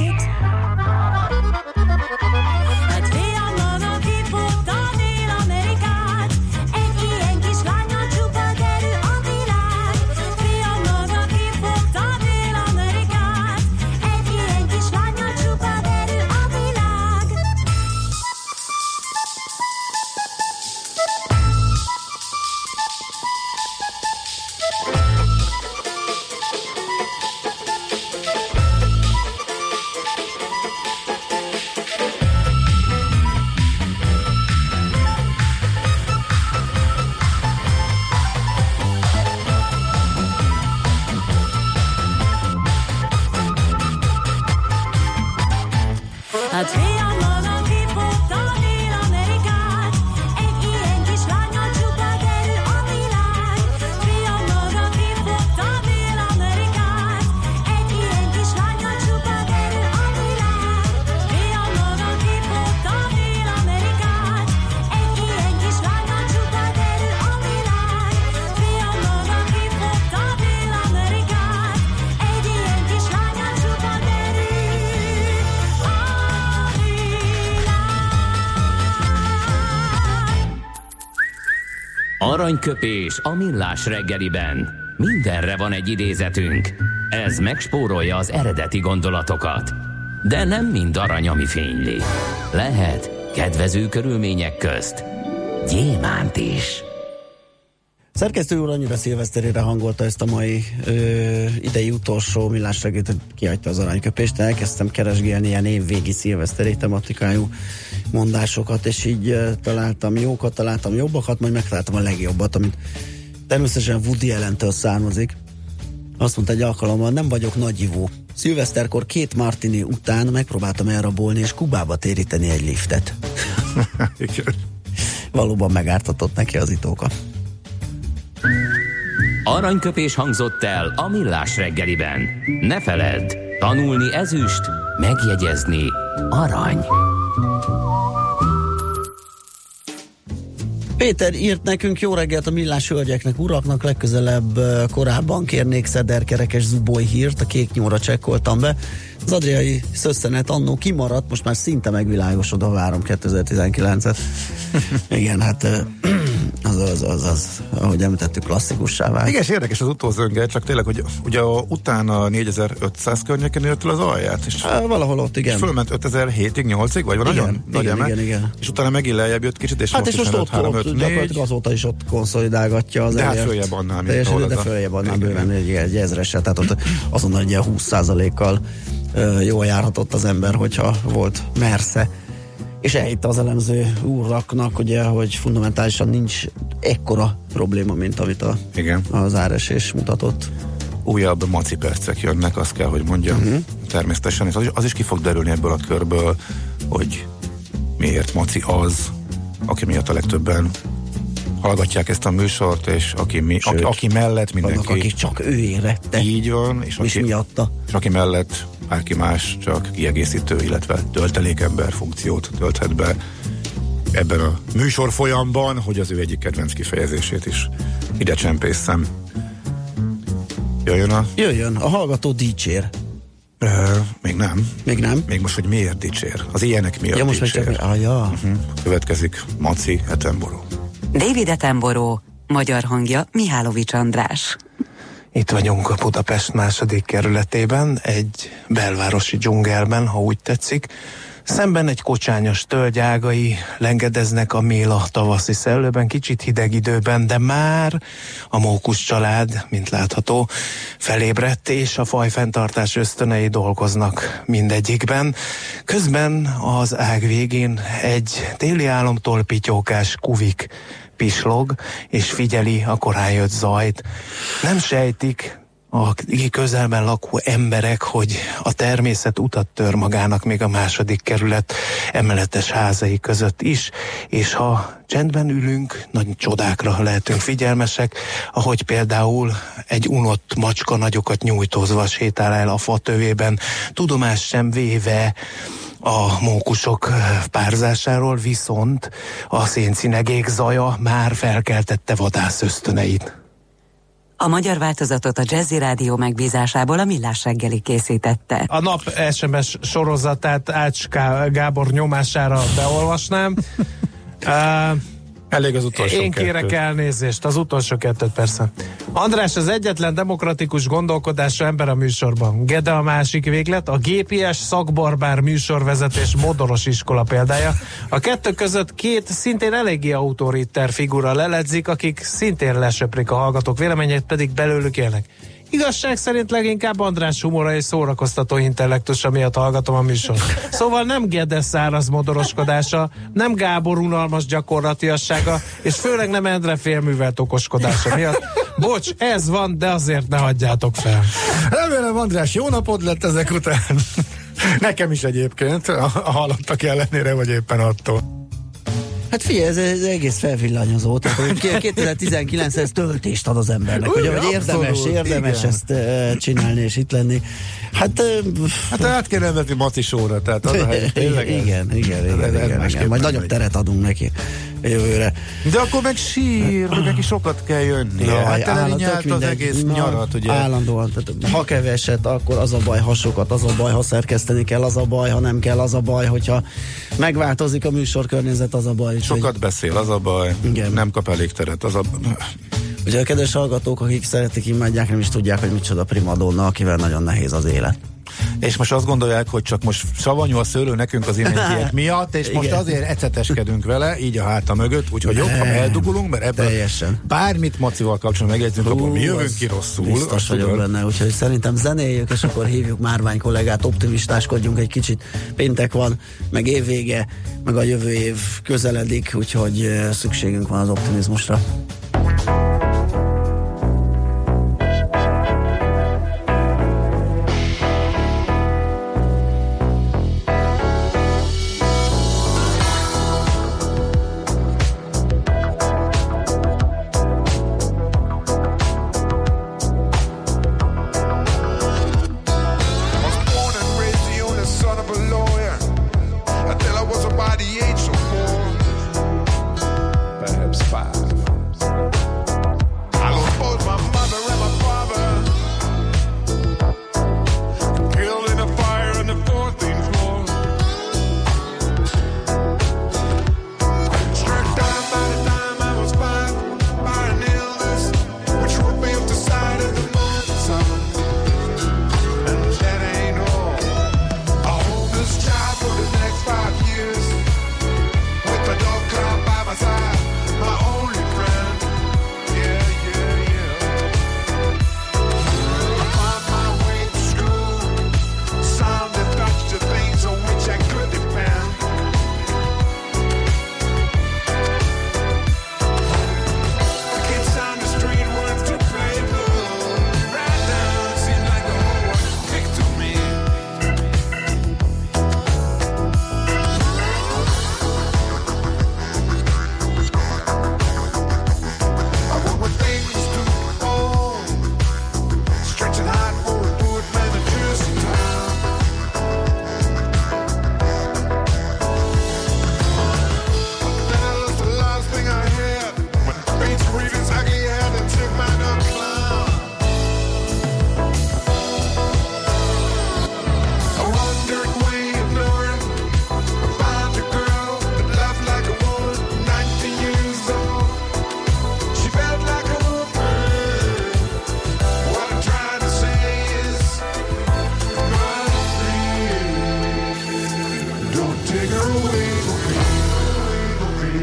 Aranyköpés a Millás reggeliben. Mindenre van egy idézetünk. Ez megspórolja az eredeti gondolatokat. De nem mind arany, ami fényli. Lehet kedvező körülmények közt gyémánt is. Szerkesztő úr annyira szilveszterére hangolta ezt a mai idei utolsó Millás reggelit, hogy kihagyta az aranyköpést. Elkezdtem keresgélni ilyen évvégi szilveszteri tematikájú mondásokat, és így találtam jókat, találtam jobbakat, majd megtaláltam a legjobbat, amit természetesen Woody Allentől származik. Azt mondta egy alkalommal, nem vagyok nagyivó. Szilveszterkor 2 martini után megpróbáltam elrabolni és Kubába téríteni egy liftet. Valóban megártatott neki az itóka. Aranyköpés hangzott el a Millás reggeliben. Ne feledd, tanulni ezüst, megjegyezni arany. Péter írt nekünk: jó reggelt a millás hölgyeknek, uraknak, legközelebb korábban kérnék szederkerekes zuboly hírt, a kék nyóra csekkoltam be. Az adriai szösszenet annó kimaradt, most már szinte megvilágosodva várom 2019-et. Igen, hát az, ahogy említettük, klasszikussá vált. Igen, és érdekes az utózönge, csak tényleg, hogy ugye utána 4500 környéken ért el az alját. És valahol ott, igen. És fölment 5007-ig, 8-ig, vagy van igen, nagyon igen. És utána megint lejjebb jött kicsit, és hát most, és most ott gyakorlatilag azóta is ott konszolidálgatja az elért. De hát följebb annál, mint de följebb annál bőven egy ezreset, tehát ott azonnal egy ilyen 20%-kal jól járhatott az ember, hogyha volt mersze. És elhitte az elemző úraknak, ugye, hogy fundamentálisan nincs ekkora probléma, mint amit az áresés mutatott. Újabb maci percek jönnek, azt kell, hogy mondjam. Természetesen, és az is ki fog derülni ebből a körből, hogy miért maci az, aki miatt a legtöbben hallgatják ezt a műsort, és aki mellett mindenki... Vannak, akik csak ő érette. Így van. És miatta. És aki mellett bárki más csak kiegészítő, illetve töltelékember funkciót tölthet be ebben a műsor folyamban, hogy az ő egyik kedvenc kifejezését is ide csempészem. Jöjjön. A hallgató dicsér. Még nem. Még nem? Még most, hogy miért dicsér? Az ilyenek miért dicsér? Következik Maci Attenborough. David Attenborough, magyar hangja Mihálovics András. Itt vagyunk a Budapest második kerületében, egy belvárosi dzsungelben, ha úgy tetszik. Szemben egy kocsányos tölgy ágai lengedeznek a méla tavaszi szellőben, kicsit hideg időben, de már a mókus család, mint látható, felébredt, és a fajfenntartás ösztönei dolgoznak mindegyikben. Közben az ág végén egy téli álomtól pityókás kuvik pislog, és figyeli a korán jött zajt. Nem sejtik a közelben lakó emberek, hogy a természet utat tör magának még a második kerület emeletes házai között is, és ha csendben ülünk, nagy csodákra lehetünk figyelmesek, ahogy például egy unott macska nagyokat nyújtózva sétál el a fatövében, tudomást sem véve a mókusok párzásáról, viszont a széncinegék zaja már felkeltette vadász ösztöneit. A magyar változatot a Jazzy Rádió megbízásából a Millás reggeli készítette. A nap SMS sorozatát Ács Gábor nyomására beolvasnám. Elég az utolsó Én kérek elnézést, az utolsó kettőt persze. András az egyetlen demokratikus gondolkodású ember a műsorban. Gede a másik véglet, a GPS szakbarbár műsorvezetés modoros iskola példája. A kettő között két szintén eléggé autoriter figura leledzik, akik szintén lesöprik a hallgatók véleményét, pedig belőlük élnek. Igazság szerint leginkább András humora és szórakoztató intellektusa miatt hallgatom a műsort. Szóval nem Gede száraz modoroskodása, nem Gábor unalmas gyakorlatiassága, és főleg nem Endre félművelt okoskodása miatt. Bocs, ez van, de azért ne hagyjátok fel. Remélem, András, jó napod lett ezek után. Nekem is egyébként, a hallottak ellenére, vagy éppen attól. Hát figyelj, ez egész felvillanyozó. Tehát 2019-ez töltést ad az embernek, ugye, hogy érdemes ezt csinálni és itt lenni. Hát át kell rendezni Maci sóra, tehát az a hely, tényleg. Igen. Majd nagyobb teret adunk neki jövőre. De akkor meg sír, hogy neki sokat kell jönni. Hát elnyelt az egész nyarat, ugye. Állandóan, tehát ha keveset, akkor az a baj, ha sokat, az a baj, ha szerkeszteni kell, az a baj, ha nem kell, az a baj, hogyha megváltozik a műsorkörnyezet, az a baj. Sokat beszél, az a baj, igen. Nem kap elég teret, az a... Ugye a kedves hallgatók, akik szeretik, imádják, nem is tudják, hogy micsoda primadonna, akivel nagyon nehéz az élet. És most azt gondolják, hogy csak most savanyú a szőlő nekünk az iméntiek miatt, és most azért eceteskedünk vele, így a háta mögött, úgyhogy jobb, ha eldugulunk, mert ebből bármit Macival kapcsolatban megjegyzünk, akkor mi jövünk ki rosszul. Biztos vagyok benne, úgyhogy szerintem zenéljük, és akkor hívjuk Márvány kollégát, optimistáskodjunk egy kicsit. Péntek van, meg évvége, meg a jövő év közeledik, úgyhogy szükségünk van az optimizmusra.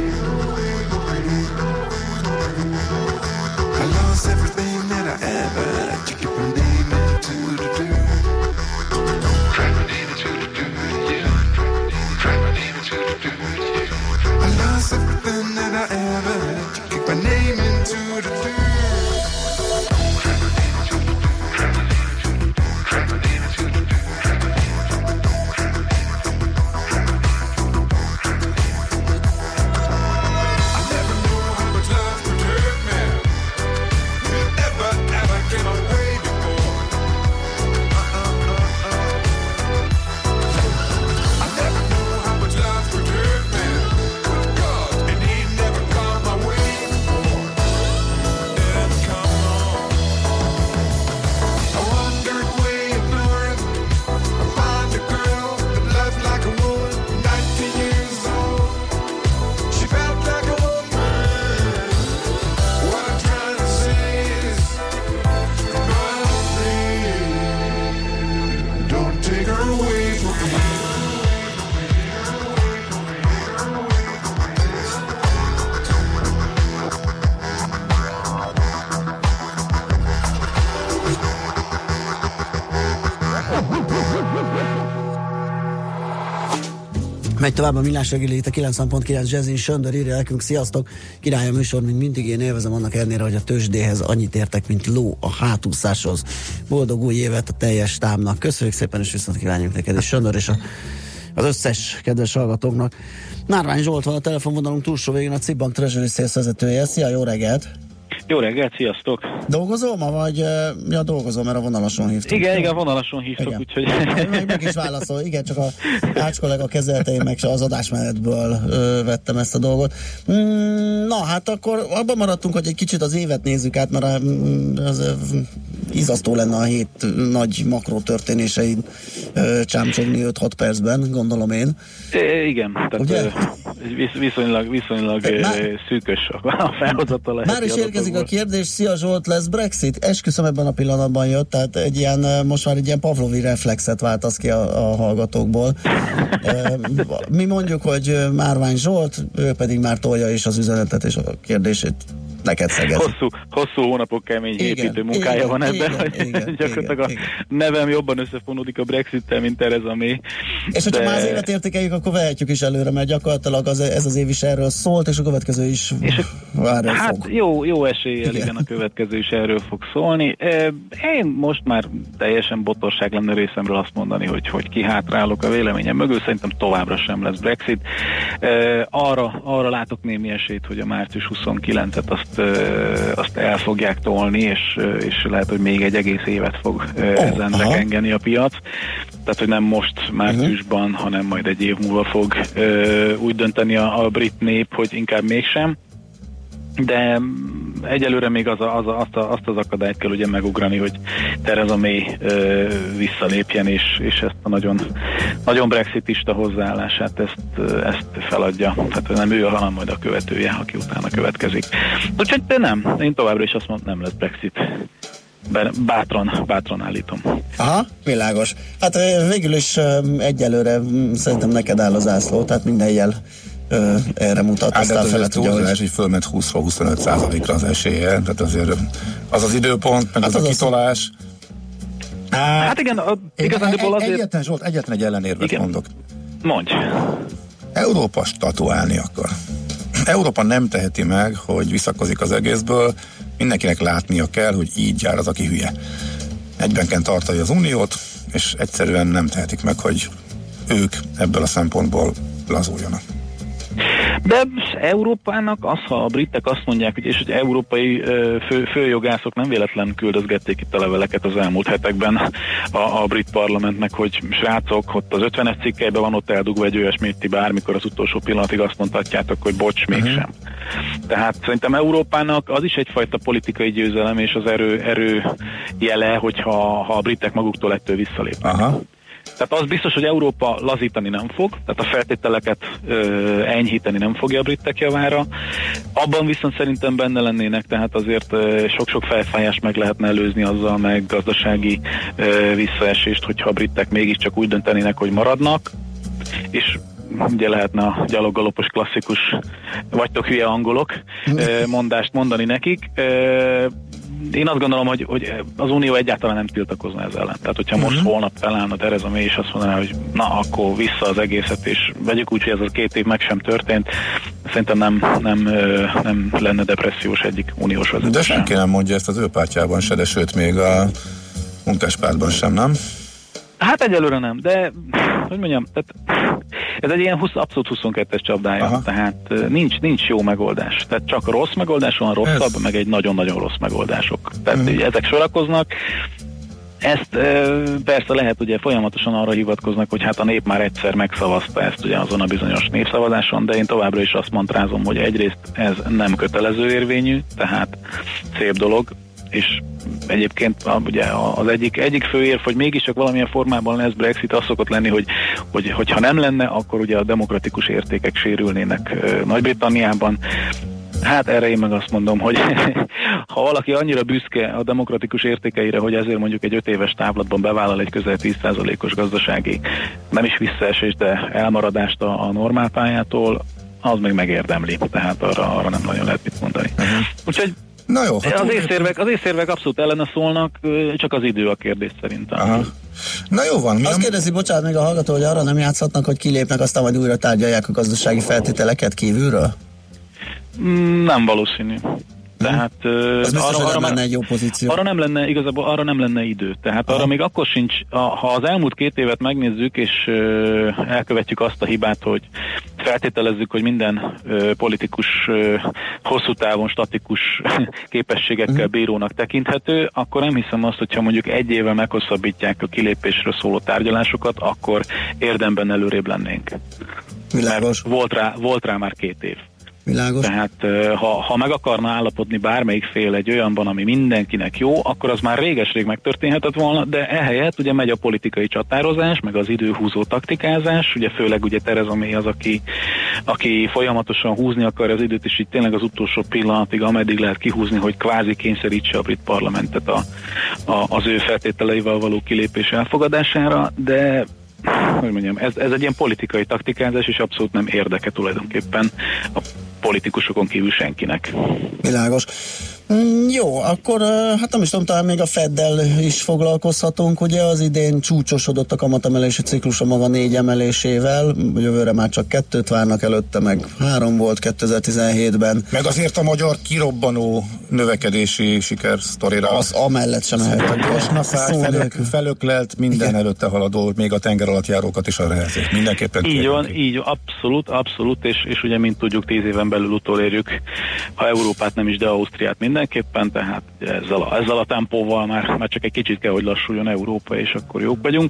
Megy tovább a Millás reggeli, itt a 90.9 Jazzin. Söndör írja nekünk: sziasztok, király a műsor, mint mindig, én élvezem annak ellenére, hogy a tőzsdéhez annyit értek, mint ló a hátúszáshoz. Boldog új évet a teljes támnak. Köszönjük szépen, és viszont kívánjuk neked, és Söndör, és az összes kedves hallgatóknak. Nárvány Zsolt van a telefonvonalunk túlsó végén, a Cibbank Treasury Sales vezetője. Szia, jó reggelt! Jó reggelt, sziasztok! Dolgozol ma, vagy dolgozol, mert a vonalason hívtuk? Igen, vonalason hívtok, igen. Úgyhogy... Meg is válaszol, igen, csak a Ács kollega kezelte, én meg az adásmenetből vettem ezt a dolgot. Na, hát akkor abban maradtunk, hogy egy kicsit az évet nézzük át, mert az izasztó lenne a hét nagy makró történésein csámcsogni 5-6 percben, gondolom én. Igen, tehát viszonylag szűkös a felhozatala. Már is érkezik a kérdés: szia Zsolt, lesz Brexit? Esküszöm, ebben a pillanatban jött, tehát most már egy ilyen pavlovi reflexet váltasz ki a hallgatókból. Mi mondjuk, hogy Márvány Zsolt, ő pedig már tolja is az üzenetet és a kérdését neked szegez. Hosszú hónapok kemény építő munkája van ebben, hogy gyakorlatilag a nevem jobban összefonódik a Brexit-tel, mint Theresa May. És hogyha már az évet értékeljük, akkor vehetjük is előre, mert gyakorlatilag ez az év is erről szólt, és a következő is erről fog. Jó eséllyel, igen, a következő is erről fog szólni. Én most már teljesen botorság lenne részemről azt mondani, hogy kihátrálok a véleményem mögül, szerintem továbbra sem lesz Brexit. Arra látok némi esélyt, hogy a március 29-et azt el fogják tolni, és lehet, hogy még egy egész évet fog ezen lekengeni a piac. Tehát, hogy nem most márciusban, hanem majd egy év múlva fog úgy dönteni a brit nép, hogy inkább mégsem. De egyelőre még azt az akadályt kell ugye megugrani, hogy Theresa May visszalépjen, és ezt a nagyon brexitista hozzáállását ezt feladja. Tehát nem ő, hanem majd a követője, aki utána következik. Úgyhogy nem, én továbbra is azt mondom, nem lesz Brexit. Bátran állítom. Aha, világos. Hát végül is egyelőre szerintem neked áll az ászló, tehát minden jel erre mutat. Aztán felett hogy fölment 20-25%-ra az esélye, tehát azért az időpont, meg hát az a kitolás. Hát igen, igazándiból azért... Egyetlen egy ellenérvet mondok. Mondj. Európa statuálni akar. Európa nem teheti meg, hogy visszakozik az egészből, mindenkinek látnia kell, hogy így jár az, aki hülye. Egyben kell tartani az uniót, és egyszerűen nem tehetik meg, hogy ők ebből a szempontból lazuljanak. De Európának ha a britek azt mondják, és hogy európai főjogászok nem véletlen küldözgették itt a leveleket az elmúlt hetekben a brit parlamentnek, hogy srácok, ott az 50-es cikkelyben van ott eldugva egy olyasmit, ti bármikor az utolsó pillanatig azt mondhatjátok, hogy bocs, mégsem. Tehát szerintem Európának az is egyfajta politikai győzelem, és az erő jele, hogyha a britek maguktól ettől visszalépnek. Aha. Tehát az biztos, hogy Európa lazítani nem fog, tehát a feltételeket enyhíteni nem fogja a britek javára. Abban viszont szerintem benne lennének, tehát azért sok-sok felfájást meg lehetne előzni azzal, meg gazdasági visszaesést, hogyha a britek mégiscsak úgy döntenének, hogy maradnak, és ugye lehetne a gyaloggalopos klasszikus vagytok hülye angolok mondást mondani nekik. Én azt gondolom, hogy az Unió egyáltalán nem tiltakozna ezzel ellen. Tehát, hogyha most holnap felállna Theresa May, és azt mondaná, hogy na, akkor vissza az egészet, és vegyük úgy, hogy ez a 2 év meg sem történt, szerintem nem lenne depressziós egyik uniós vezető. De senki nem mondja ezt az ő pártjában se, de sőt még a munkáspártban sem, nem? Hát egyelőre nem, de hogy mondjam, tehát ez egy ilyen abszolút 22-es csapdája, aha. Tehát nincs jó megoldás. Tehát csak rossz megoldás van, rosszabb, meg egy nagyon-nagyon rossz megoldások. Tehát ezek sorakoznak. Ezt persze lehet, ugye folyamatosan arra hivatkoznak, hogy hát a nép már egyszer megszavazta ezt ugye azon a bizonyos népszavazáson, de én továbbra is azt mantrázom, hogy egyrészt ez nem kötelező érvényű, tehát szép dolog, és egyébként ugye az egyik fő érv, hogy mégiscsak valamilyen formában lesz Brexit, az szokott lenni, hogy ha nem lenne, akkor ugye a demokratikus értékek sérülnének Nagy-Britanniában. Hát erre én meg azt mondom, hogy ha valaki annyira büszke a demokratikus értékeire, hogy ezért mondjuk egy 5 éves távlatban bevállal egy közel 10%-os gazdasági, nem is visszaesés, de elmaradást a normálpályától, az meg megérdemli, tehát arra nem nagyon lehet mit mondani. Úgyhogy na jó, az észérvek abszolút ellene szólnak, csak az idő a kérdés szerintem. Aha. Na jó van. Azt kérdezi, bocsánat, még a hallgató, hogy arra nem játszhatnak, hogy kilépnek, aztán majd újra tárgyalják a gazdasági feltételeket kívülről? Nem valószínű. Tehát az biztos, arra lenne egy jó pozíció. Arra nem lenne idő. Tehát arra még akkor sincs, ha az elmúlt 2 évet megnézzük, és elkövetjük azt a hibát, hogy feltételezzük, hogy minden politikus hosszú távon statikus képességekkel bírónak tekinthető, akkor nem hiszem azt, hogyha mondjuk 1 évvel meghosszabbítják a kilépésről szóló tárgyalásokat, akkor érdemben előrébb lennénk. Világos. Volt rá már 2 év. Világos. Tehát ha meg akarna állapodni bármelyik fél egy olyanban, ami mindenkinek jó, akkor az már réges-rég megtörténhetett volna, de ehelyett ugye megy a politikai csatározás, meg az időhúzó taktikázás, ugye főleg ugye Theresa May az, aki folyamatosan húzni akar az időt, és így tényleg az utolsó pillanatig, ameddig lehet kihúzni, hogy kvázi kényszerítse a brit parlamentet az ő feltételeivel való kilépés elfogadására, de hogy mondjam, ez egy ilyen politikai taktikázás, és abszolút nem érdeke tulajdonképpen a politikusokon kívül senkinek. Világos. Jó, akkor hát nem is tudom, talán még a Feddel is foglalkozhatunk, ugye az idén csúcsosodott a kamatemelési ciklus a maga 4 emelésével, jövőre már csak 2 várnak, előtte meg 3 volt 2017-ben. Meg azért a magyar kirobbanó növekedési sikersztorira. Az amellett sem elhagytak. Felöklelt, minden igen. Előtte haladó, még a tenger alatt járókat is arra helyezett. Mindenképpen. Így van, abszolút, és ugye mint tudjuk 10 éven belül utolérjük, ha Európát nem is, de Ausztriát mindenképpen, tehát ezzel a tempóval már csak egy kicsit kell, hogy lassuljon Európa, és akkor jók vagyunk.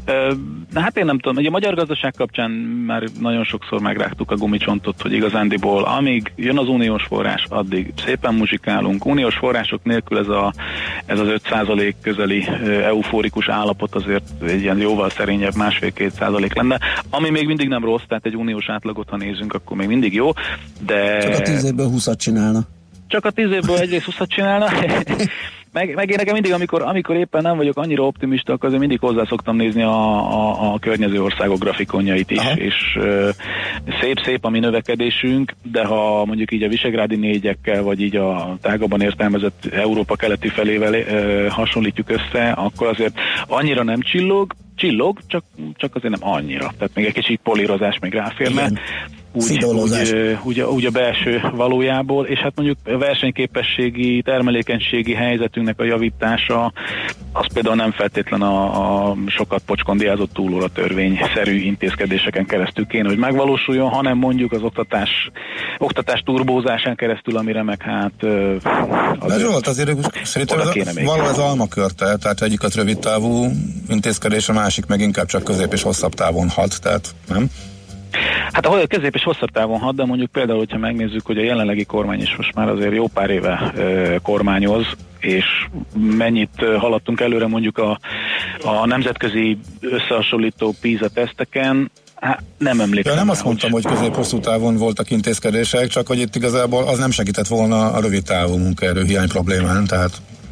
Hát én nem tudom, ugye a magyar gazdaság kapcsán már nagyon sokszor megrágtuk a gumicsontot, hogy igazándiból amíg jön az uniós forrás, addig szépen muzsikálunk. Uniós források nélkül ez az 5% közeli eufórikus állapot azért egy ilyen jóval szerényebb 1,5-2% lenne, ami még mindig nem rossz, tehát egy uniós átlagot, ha nézünk, akkor még mindig jó, de... Csak a 10 évből 20-at csinálna. Csak a 10 évből egyrészt 20-at csinálna. meg én nekem mindig, amikor éppen nem vagyok annyira optimista, akkor azért mindig hozzá szoktam nézni a környező országok grafikonjait is, aha. És szép a mi növekedésünk, de ha mondjuk így a visegrádi 4-ekkel, vagy így a tágabban értelmezett Európa keleti felével hasonlítjuk össze, akkor azért annyira nem csillog, csak azért nem annyira. Tehát még egy kicsit polírozás még ráférne. Úgy a belső valójából, és hát mondjuk a versenyképességi, termelékenységi helyzetünknek a javítása, az például nem feltétlen a sokat pocskondiázott túlóra törvényszerű intézkedéseken keresztül kéne, hogy megvalósuljon, hanem mondjuk az oktatás turbózásán keresztül, amire meg hát... De Zsolt, azért szerintem valahol ez almakörte, tehát egyiket rövid távú intézkedés, a másik meg inkább csak közép és hosszabb távon hat, tehát nem? Hát a közép és hosszabb távon hat, de mondjuk például, hogyha megnézzük, hogy a jelenlegi kormány is most már azért jó pár éve kormányoz, és mennyit haladtunk előre mondjuk a nemzetközi összehasonlító PISA teszteken, hát nem emlékszem. Ja, nem azt mondtam, hogy közép-hosszú távon voltak intézkedések, csak hogy itt igazából az nem segített volna a rövid távú munkaerő hiány problémán, tehát...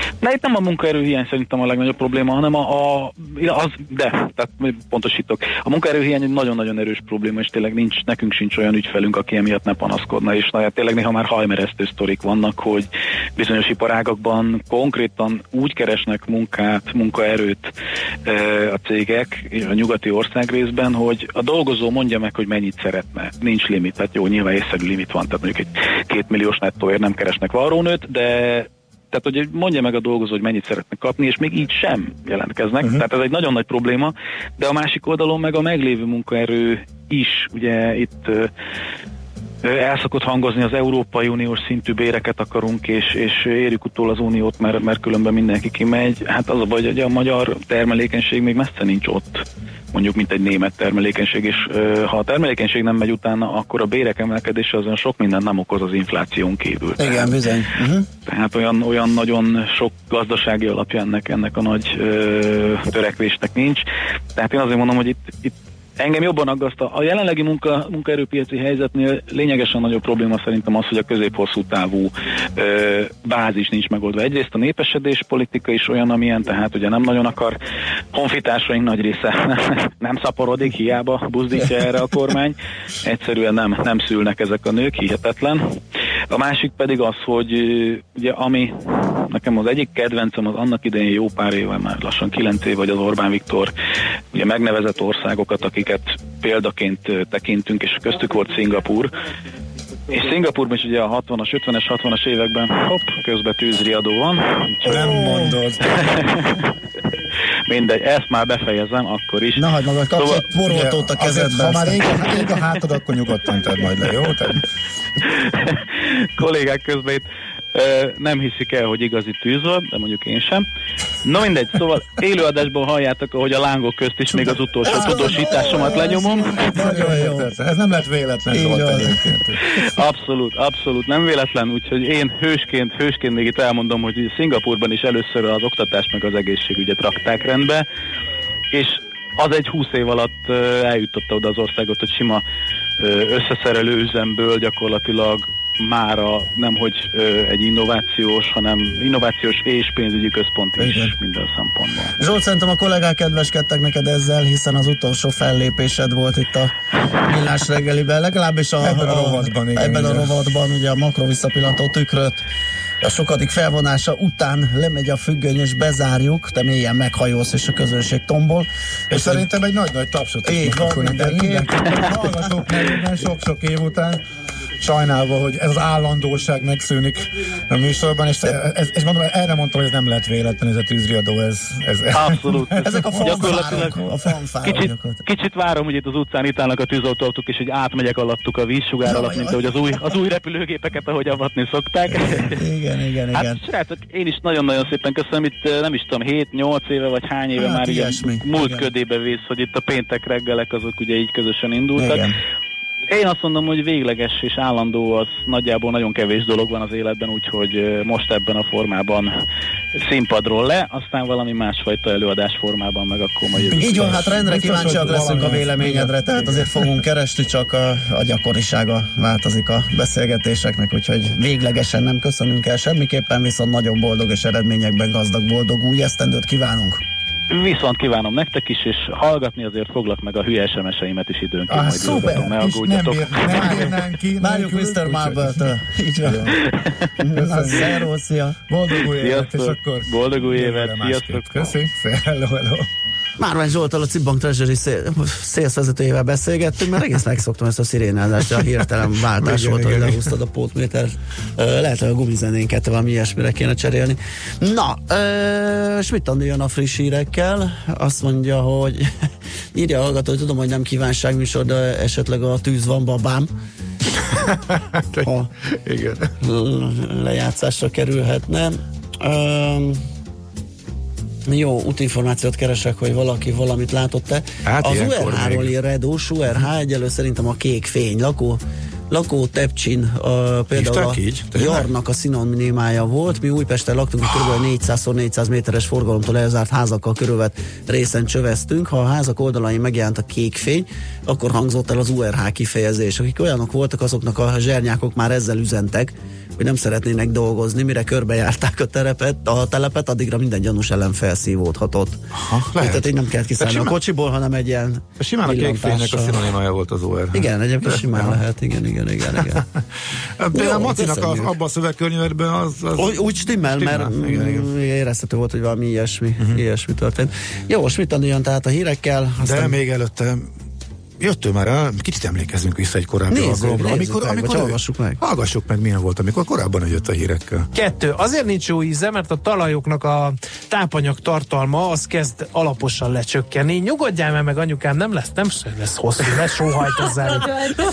De itt nem a munkaerőhiány szerintem a legnagyobb probléma, hanem tehát pontosítok. A munkaerőhiány egy nagyon-nagyon erős probléma, és tényleg nekünk sincs olyan ügyfelünk, aki emiatt ne panaszkodna, és tényleg néha már hajmeresztő sztorik vannak, hogy bizonyos iparágakban konkrétan úgy keresnek munkaerőt a cégek a nyugati országrészben, hogy a dolgozó mondja meg, hogy mennyit szeretne. Nincs limit, tehát jó, nyilván észszerű limit van, tehát mondjuk egy 2 milliós nettóért nem keresnek varrónőt, de tehát, hogy mondja meg a dolgozó, hogy mennyit szeretne kapni, és még így sem jelentkeznek. Tehát ez egy nagyon nagy probléma, de a másik oldalon meg a meglévő munkaerő is, ugye itt el szokott hangozni, az Európai Uniós szintű béreket akarunk, és érjük utól az uniót, mert különben mindenki kimegy. Hát az a baj, hogy a magyar termelékenység még messze nincs ott, mondjuk, mint egy német termelékenység, és ha a termelékenység nem megy utána, akkor a bérek emelkedése azon sok mindent nem okoz az infláción kívül. Igen, bizony. Tehát olyan nagyon sok gazdasági alapja ennek a nagy törekvésnek nincs. Tehát én azért mondom, hogy itt engem jobban aggaszt a jelenlegi munkaerőpiaci helyzetnél lényegesen nagyobb probléma szerintem az, hogy a közép-hosszú távú bázis nincs megoldva. Egyrészt a népesedés politika is olyan, amilyen, tehát ugye nem nagyon akar, honfitársaink nagy része nem szaporodik, hiába buzdítja erre a kormány. Egyszerűen nem szülnek ezek a nők, hihetetlen. A másik pedig az, hogy ugye ami nekem az egyik kedvencem az annak idején jó pár éve, már lassan 9 év, vagy az Orbán Viktor ugye megnevezett országokat, akiket példaként tekintünk, és köztük volt Szingapúr. És Szingapúrban is ugye a 60-as, 50-es, 60-as években közben tűzriadó van. Nem mondod. Mindegy, ezt már befejezem, akkor is. Na, hagyd magad, kapsz egy forgatót a kezedbe. Ha már ég a hátad, akkor nyugodtan tedd majd le, jó? Kollégák közben itt nem hiszik el, hogy igazi tűz volt, de mondjuk én sem. Na mindegy, szóval élőadásban halljátok, ahogy a lángok közt is még az utolsó tudósításomat lenyomom. Nagyon jó. Ez nem lett véletlen volt egyébként. Abszolút nem véletlen, úgyhogy én hősként még itt elmondom, hogy Szingapúrban is először az oktatást meg az egészségügyet rakták rendbe, és az egy 20 év alatt eljutotta oda az országot, hogy sima összeszerelő üzemből gyakorlatilag mára nemhogy egy innovációs és pénzügyi központ is minden szempontból. Zsolt, szerintem a kollégák kedveskedtek neked ezzel, hiszen az utolsó fellépésed volt itt a Millás reggeliben, legalábbis ebben a rovatban ugye a makrovisszapillantó tükröt a sokadik felvonása után lemegy a függöny és bezárjuk, te mélyen meghajolsz és a közönség tombol. És szerintem egy nagy-nagy tapsot is van mindenki. Hallgatók nevében sok-sok év után, sajnálva, hogy ez az állandóság megszűnik a műsorban, és ez mondom, erre mondtam, hogy ez nem lett véletlen, ez a tűzriadó, ez. Abszolút. Ezek a fanfárok. Kicsit várom, hogy itt az utcán itt állnak a tűzoltók, és hogy átmegyek alattuk a vízsugár alatt, mint ahogy az új repülőgépeket, ahogy avatni szokták. Igen. Hát srácok, én is nagyon-nagyon szépen köszönöm, itt nem is tudom, 7-8 éve, vagy hány éve már ugye múlt ködébe vész, hogy itt a péntek reggelek azok ugye így közösen indultak. Igen. Én azt mondom, hogy végleges és állandó az nagyjából nagyon kevés dolog van az életben, úgyhogy most ebben a formában színpadról le, aztán valami másfajta előadás formában meg akkor majd jövünk. Így van, hát rendre kíváncsiak leszünk a véleményedre, tehát azért fogunk keresni, csak a gyakorisága változik a beszélgetéseknek, úgyhogy véglegesen nem köszönünk el semmiképpen, viszont nagyon boldog és eredményekben gazdag boldog új esztendőt kívánunk. Viszont kívánom nektek is, és hallgatni azért foglak meg a hülye SMS-eimet is időnként. Majd szuper, ne aggódjatok. Várjuk Mr. Marble-től. Így van. Szervusz, szia. Boldog új évet, és akkor boldog új évet, sziasztok. Köszi, hello. Márvány Zsolttal, a Cibbank Treasury szélszvezetőjével beszélgettünk, mert egész megszoktam ezt a szirénázást, a hirtelen váltás volt, hogy lehúztad a pótméter. Lehet, hogy a gumizenénket valami ilyesmire kéne cserélni. Na, Schmidt Andi jön a friss hírekkel, azt mondja, hogy írja a hallgató, hogy tudom, hogy nem kívánságműsor, de esetleg a tűz van, babám. Ha igen. Lejátszásra kerülhetne. Jó, útinformációt keresek, hogy valaki valamit látott-e. Hát az URH-ról ír Redós, URH egyelő szerintem a kék fény. Lakó Tepcsin például a Jarnak a szinonimája volt. Mi Újpesten laktunk, kb. 400x400 méteres forgalomtól elzárt házakkal körülvett részen csöveztünk. Ha a házak oldalain megjelent a kék fény, akkor hangzott el az URH kifejezés. Akik olyanok voltak, azoknak a zsernyákok már ezzel üzentek, hogy nem szeretnének dolgozni, mire körbejárták a telepet, addigra minden gyanús ellen felszívódhatott. Tehát így nem kellett kiszállni a kocsiból, hanem egy ilyen simán a kékfénynek a szinonimája volt az OR. Igen, egyébként simán lehet, igen. De a Macinak abban a szövegkörnyezetben az úgy stimmel, mert érezhető volt, hogy valami ilyesmi történt. Jó, mit jön tehát a hírekkel. De még előtte jöttől már el, kicsit emlékezzünk vissza egy korábbi alkalomra. Hallgassuk meg, milyen volt, amikor korábban jött a hírekkel. 2. Azért nincs jó íze, mert a talajoknak a tápanyag tartalma az kezd alaposan lecsökkenni. Nyugodjál meg, anyukám, nem lesz hosszú, ne sóhajtozzál.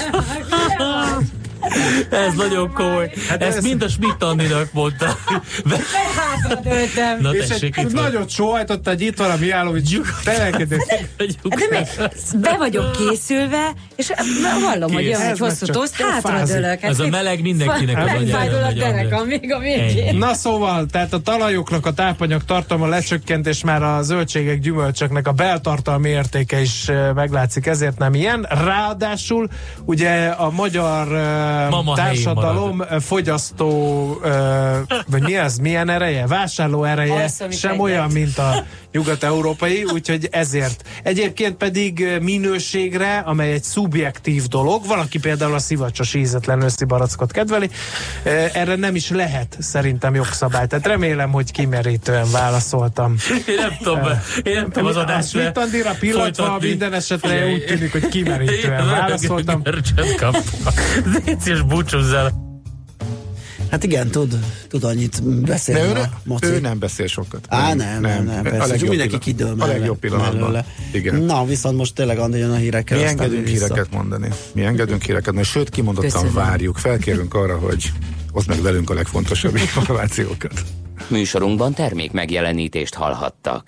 Ez nagyon komoly. Hát ezt mind a Schmidt Andinak mondta. Hátradőltem. Na és egy nagyot sóhajtotta, hogy itt valami Mihálovics telekedés. Be vagyok készülve, és hallom, hogy jön egy hosszú toszt, hátradőlök. Ez a meleg mindenkinek az anyára. Megfájdul a derekam még a végén. Na szóval, tehát a talajoknak a tápanyag tartalma lecsökkent, és már a zöldségek, gyümölcsöknek a beltartalmi értéke is meglátszik, ezért nem ilyen. Ráadásul ugye a magyar társadalom fogyasztó, vagy mi az, milyen ereje? Vásárló ereje sem olyan, mint a nyugat-európai, úgyhogy ezért. Egyébként pedig minőségre, amely egy szubjektív dolog, valaki például a szivacsos ízetlen őszi barackot kedveli, erre nem is lehet szerintem jogszabály. Tehát remélem, hogy kimerítően válaszoltam. Én nem tudom az adásra. Mit Andira pillanatban minden esetre úgy tűnik, hogy kimerítően válaszoltam. Lécius búcsúzzál. Hát igen, tud annyit beszélni a Maci. Ő nem beszél sokat. Nem, persze. Csak mindenki kidől a legjobb pillanatban. Igen. Na, viszont most tényleg Andi jön a hírekkel. Mi engedünk híreket mondani. Sőt, kimondottan várjuk. Felkérünk arra, hogy oszd meg velünk a legfontosabb információkat. Műsorunkban termék megjelenítést hallhattak.